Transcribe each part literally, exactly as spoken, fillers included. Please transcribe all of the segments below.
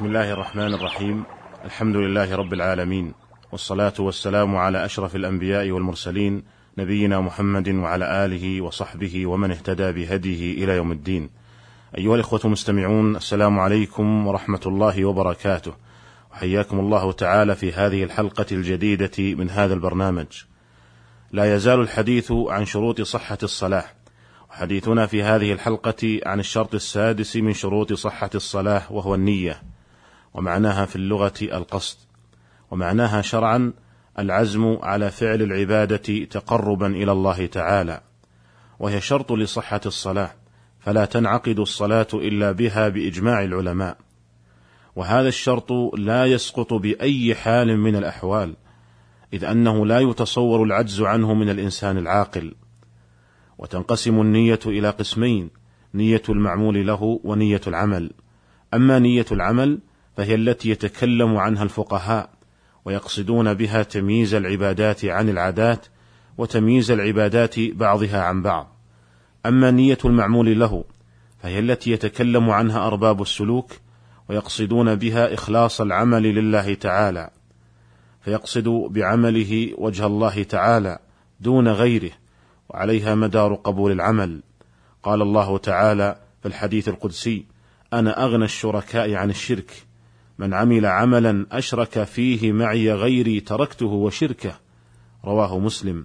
بسم الله الرحمن الرحيم. الحمد لله رب العالمين، والصلاة والسلام على أشرف الأنبياء والمرسلين، نبينا محمد وعلى آله وصحبه ومن اهتدى بهديه إلى يوم الدين. أيها الإخوة المستمعون، السلام عليكم ورحمة الله وبركاته، وحياكم الله تعالى في هذه الحلقة الجديدة من هذا البرنامج. لا يزال الحديث عن شروط صحة الصلاة، وحديثنا في هذه الحلقة عن الشرط السادس من شروط صحة الصلاة، وهو النية، ومعناها في اللغة القصد، ومعناها شرعا العزم على فعل العبادة تقربا إلى الله تعالى، وهي شرط لصحة الصلاة، فلا تنعقد الصلاة إلا بها بإجماع العلماء. وهذا الشرط لا يسقط بأي حال من الأحوال، إذ أنه لا يتصور العجز عنه من الإنسان العاقل. وتنقسم النية إلى قسمين: نية المعمول له ونية العمل. أما نية العمل فهي التي يتكلم عنها الفقهاء، ويقصدون بها تمييز العبادات عن العادات، وتمييز العبادات بعضها عن بعض. أما نية المعمول له فهي التي يتكلم عنها أرباب السلوك، ويقصدون بها إخلاص العمل لله تعالى، فيقصد بعمله وجه الله تعالى دون غيره، وعليها مدار قبول العمل. قال الله تعالى في الحديث القدسي: أنا أغنى الشركاء عن الشرك، من عمل عملا أشرك فيه معي غيري تركته وشركه. رواه مسلم.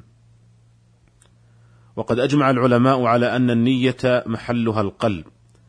وقد أجمع العلماء على أن النية محلها القلب،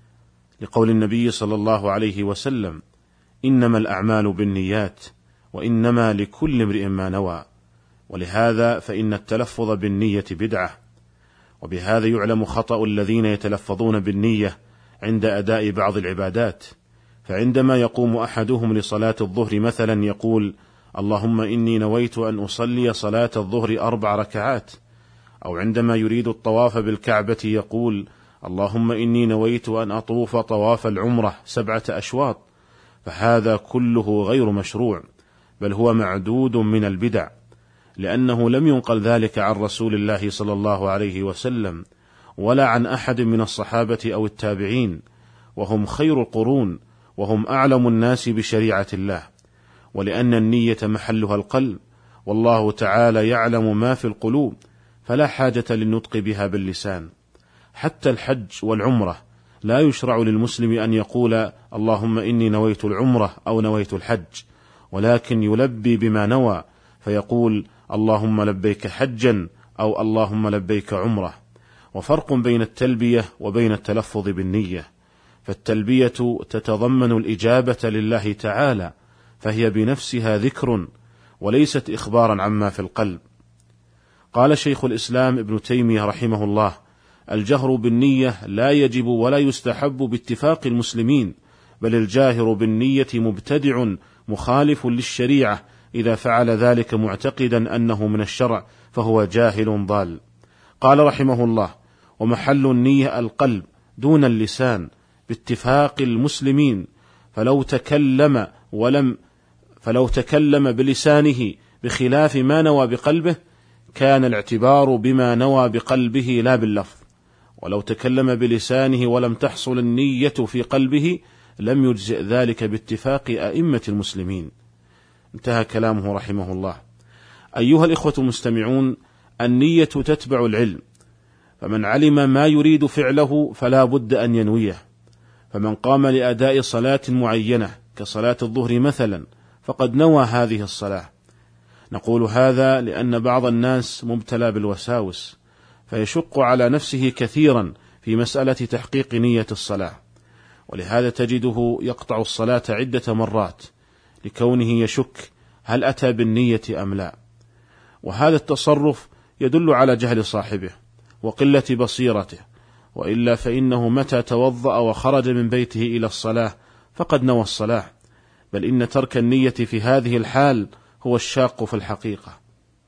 لقول النبي صلى الله عليه وسلم: إنما الأعمال بالنيات وإنما لكل امرئ ما نوى. ولهذا فإن التلفظ بالنية بدعة. وبهذا يعلم خطأ الذين يتلفظون بالنية عند أداء بعض العبادات، فعندما يقوم أحدهم لصلاة الظهر مثلا يقول: اللهم إني نويت أن أصلي صلاة الظهر أربع ركعات. أو عندما يريد الطواف بالكعبة يقول: اللهم إني نويت أن أطوف طواف العمرة سبعة أشواط. فهذا كله غير مشروع، بل هو معدود من البدع، لأنه لم ينقل ذلك عن رسول الله صلى الله عليه وسلم، ولا عن أحد من الصحابة أو التابعين، وهم خير القرون، وهم أعلم الناس بشريعة الله. ولأن النية محلها القلب، والله تعالى يعلم ما في القلوب، فلا حاجة للنطق بها باللسان. حتى الحج والعمرة لا يشرع للمسلم أن يقول: اللهم إني نويت العمرة أو نويت الحج، ولكن يلبي بما نوى، فيقول: اللهم لبيك حجا أو اللهم لبيك عمرة. وفرق بين التلبية وبين التلفظ بالنية، فالتلبية تتضمن الإجابة لله تعالى، فهي بنفسها ذكر وليست إخبارا عما في القلب. قال شيخ الإسلام ابن تيمية رحمه الله: الجهر بالنية لا يجب ولا يستحب باتفاق المسلمين، بل الجاهر بالنية مبتدع مخالف للشريعة، إذا فعل ذلك معتقدا أنه من الشرع فهو جاهل ضال. قال رحمه الله: ومحل النية القلب دون اللسان باتفاق المسلمين، فلو تكلم ولم فلو تكلم بلسانه بخلاف ما نوى بقلبه كان الاعتبار بما نوى بقلبه لا باللفظ، ولو تكلم بلسانه ولم تحصل النية في قلبه لم يجزئ ذلك باتفاق أئمة المسلمين. انتهى كلامه رحمه الله. أيها الإخوة المستمعون، النية تتبع العلم، فمن علم ما يريد فعله فلا بد أن ينويه. فمن قام لأداء صلاة معينة كصلاة الظهر مثلا فقد نوى هذه الصلاة. نقول هذا لأن بعض الناس مبتلى بالوساوس، فيشق على نفسه كثيرا في مسألة تحقيق نية الصلاة، ولهذا تجده يقطع الصلاة عدة مرات لكونه يشك هل أتى بالنية أم لا. وهذا التصرف يدل على جهل صاحبه وقلة بصيرته، وإلا فإنه متى توضأ وخرج من بيته إلى الصلاة فقد نوى الصلاة، بل إن ترك النية في هذه الحال هو الشاق في الحقيقة.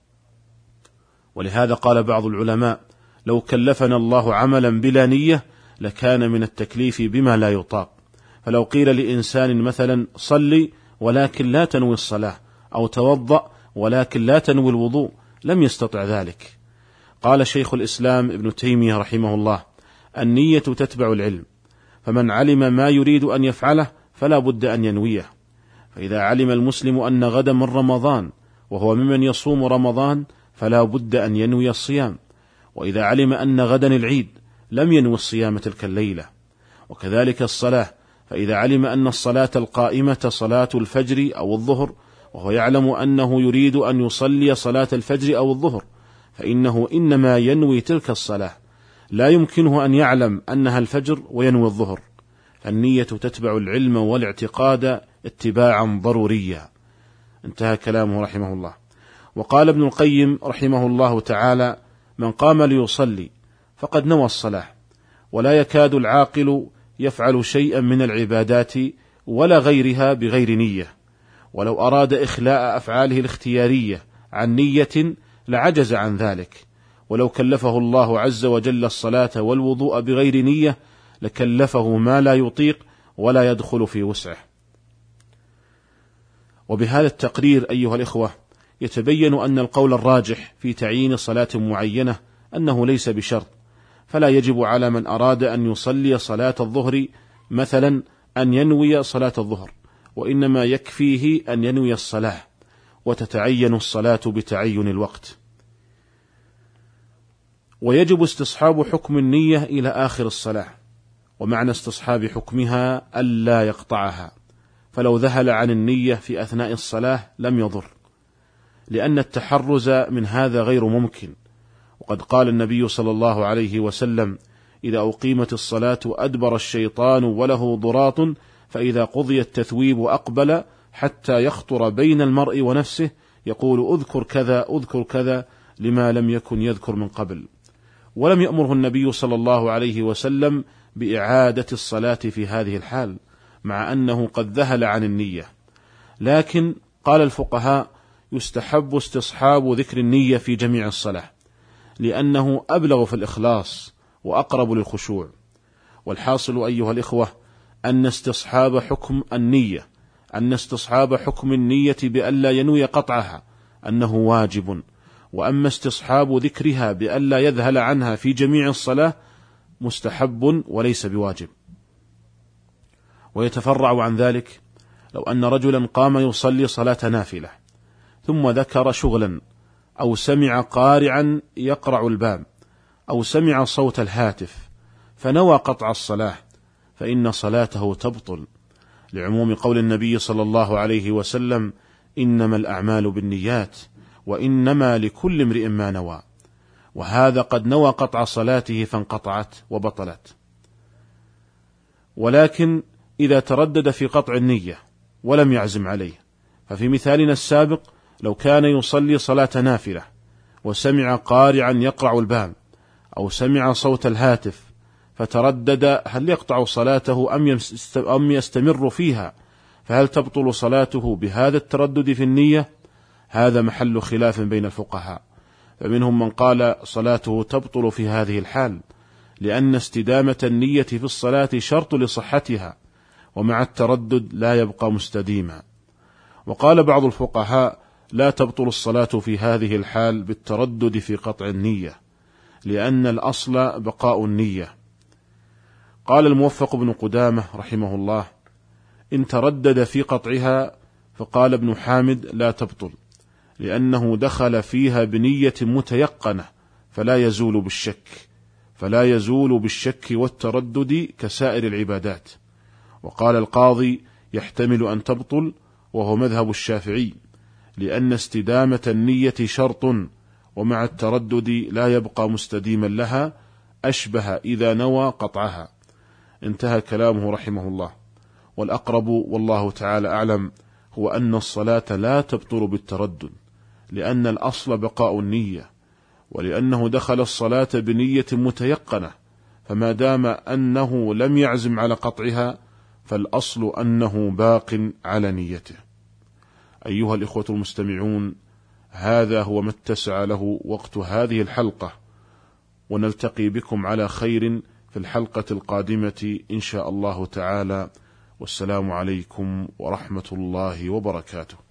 ولهذا قال بعض العلماء: لو كلفنا الله عملا بلا نية لكان من التكليف بما لا يطاق. فلو قيل لإنسان مثلا: صلي ولكن لا تنوي الصلاة، أو توضأ ولكن لا تنوي الوضوء، لم يستطع ذلك. قال شيخ الإسلام ابن تيمية رحمه الله: النية تتبع العلم، فمن علم ما يريد أن يفعله فلا بد أن ينويه. فإذا علم المسلم أن غدا من رمضان وهو ممن يصوم رمضان فلا بد أن ينوي الصيام، وإذا علم أن غدا العيد لم ينوي الصيام تلك الليلة. وكذلك الصلاة، فإذا علم أن الصلاة القائمة صلاة الفجر أو الظهر وهو يعلم أنه يريد أن يصلي صلاة الفجر أو الظهر فإنه إنما ينوي تلك الصلاة، لا يمكنه أن يعلم أنها الفجر وينوي الظهر. النية تتبع العلم والاعتقاد اتباعا ضروريا. انتهى كلامه رحمه الله. وقال ابن القيم رحمه الله تعالى: من قام ليصلي فقد نوى الصلاة، ولا يكاد العاقل يفعل شيئا من العبادات ولا غيرها بغير نية، ولو أراد إخلاء أفعاله الاختيارية عن نية لعجز عن ذلك، ولو كلفه الله عز وجل الصلاة والوضوء بغير نية لكلفه ما لا يطيق ولا يدخل في وسعه. وبهذا التقرير أيها الإخوة يتبين أن القول الراجح في تعيين صلاة معينة أنه ليس بشرط، فلا يجب على من أراد أن يصلي صلاة الظهر مثلا أن ينوي صلاة الظهر، وإنما يكفيه أن ينوي الصلاة، وتتعين الصلاة بتعين الوقت. ويجب استصحاب حكم النية إلى آخر الصلاة، ومعنى استصحاب حكمها ألا يقطعها، فلو ذهل عن النية في أثناء الصلاة لم يضر، لأن التحرز من هذا غير ممكن. وقد قال النبي صلى الله عليه وسلم: إذا أقيمت الصلاة أدبر الشيطان وله ضراط، فإذا قضي التثويب أقبل حتى يخطر بين المرء ونفسه يقول أذكر كذا أذكر كذا لما لم يكن يذكر من قبل. ولم يأمره النبي صلى الله عليه وسلم بإعادة الصلاة في هذه الحال، مع أنه قد ذهل عن النية. لكن قال الفقهاء: يستحب استصحاب ذكر النية في جميع الصلاة، لأنه أبلغ في الإخلاص وأقرب للخشوع. والحاصل أيها الإخوة أن استصحاب حكم النية أن استصحاب حكم النية بألا ينوي قطعها أنه واجب، وأما استصحاب ذكرها بألا يذهل عنها في جميع الصلاة مستحب وليس بواجب. ويتفرع عن ذلك لو أن رجلا قام يصلي صلاة نافلة ثم ذكر شغلا أو سمع قارعا يقرع الباب أو سمع صوت الهاتف فنوى قطع الصلاة، فإن صلاته تبطل، لعموم قول النبي صلى الله عليه وسلم: إنما الأعمال بالنيات وإنما لكل امرئ ما نوى. وهذا قد نوى قطع صلاته فانقطعت وبطلت. ولكن إذا تردد في قطع النية ولم يعزم عليه، ففي مثالنا السابق لو كان يصلي صلاة نافلة وسمع قارعا يقرع الباب أو سمع صوت الهاتف فتردد هل يقطع صلاته أم يستمر فيها، فهل تبطل صلاته بهذا التردد في النية؟ هذا محل خلاف بين الفقهاء، فمنهم من قال صلاته تبطل في هذه الحال، لأن استدامة النية في الصلاة شرط لصحتها، ومع التردد لا يبقى مستديما. وقال بعض الفقهاء: لا تبطل الصلاة في هذه الحال بالتردد في قطع النية، لأن الأصل بقاء النية. قال الموفق بن قدامة رحمه الله: إن تردد في قطعها فقال ابن حامد: لا تبطل، لأنه دخل فيها بنية متيقنة فلا يزول بالشك فلا يزول بالشك والتردد كسائر العبادات. وقال القاضي: يحتمل أن تبطل، وهو مذهب الشافعي، لأن استدامة النية شرط، ومع التردد لا يبقى مستديما لها، أشبه إذا نوى قطعها. انتهى كلامه رحمه الله. والأقرب والله تعالى أعلم هو أن الصلاة لا تبطل بالتردد، لأن الأصل بقاء النية، ولأنه دخل الصلاة بنية متيقنة، فما دام أنه لم يعزم على قطعها فالأصل أنه باق على نيته. أيها الإخوة المستمعون، هذا هو ما اتسع له وقت هذه الحلقة، ونلتقي بكم على خير في الحلقة القادمة إن شاء الله تعالى، والسلام عليكم ورحمة الله وبركاته.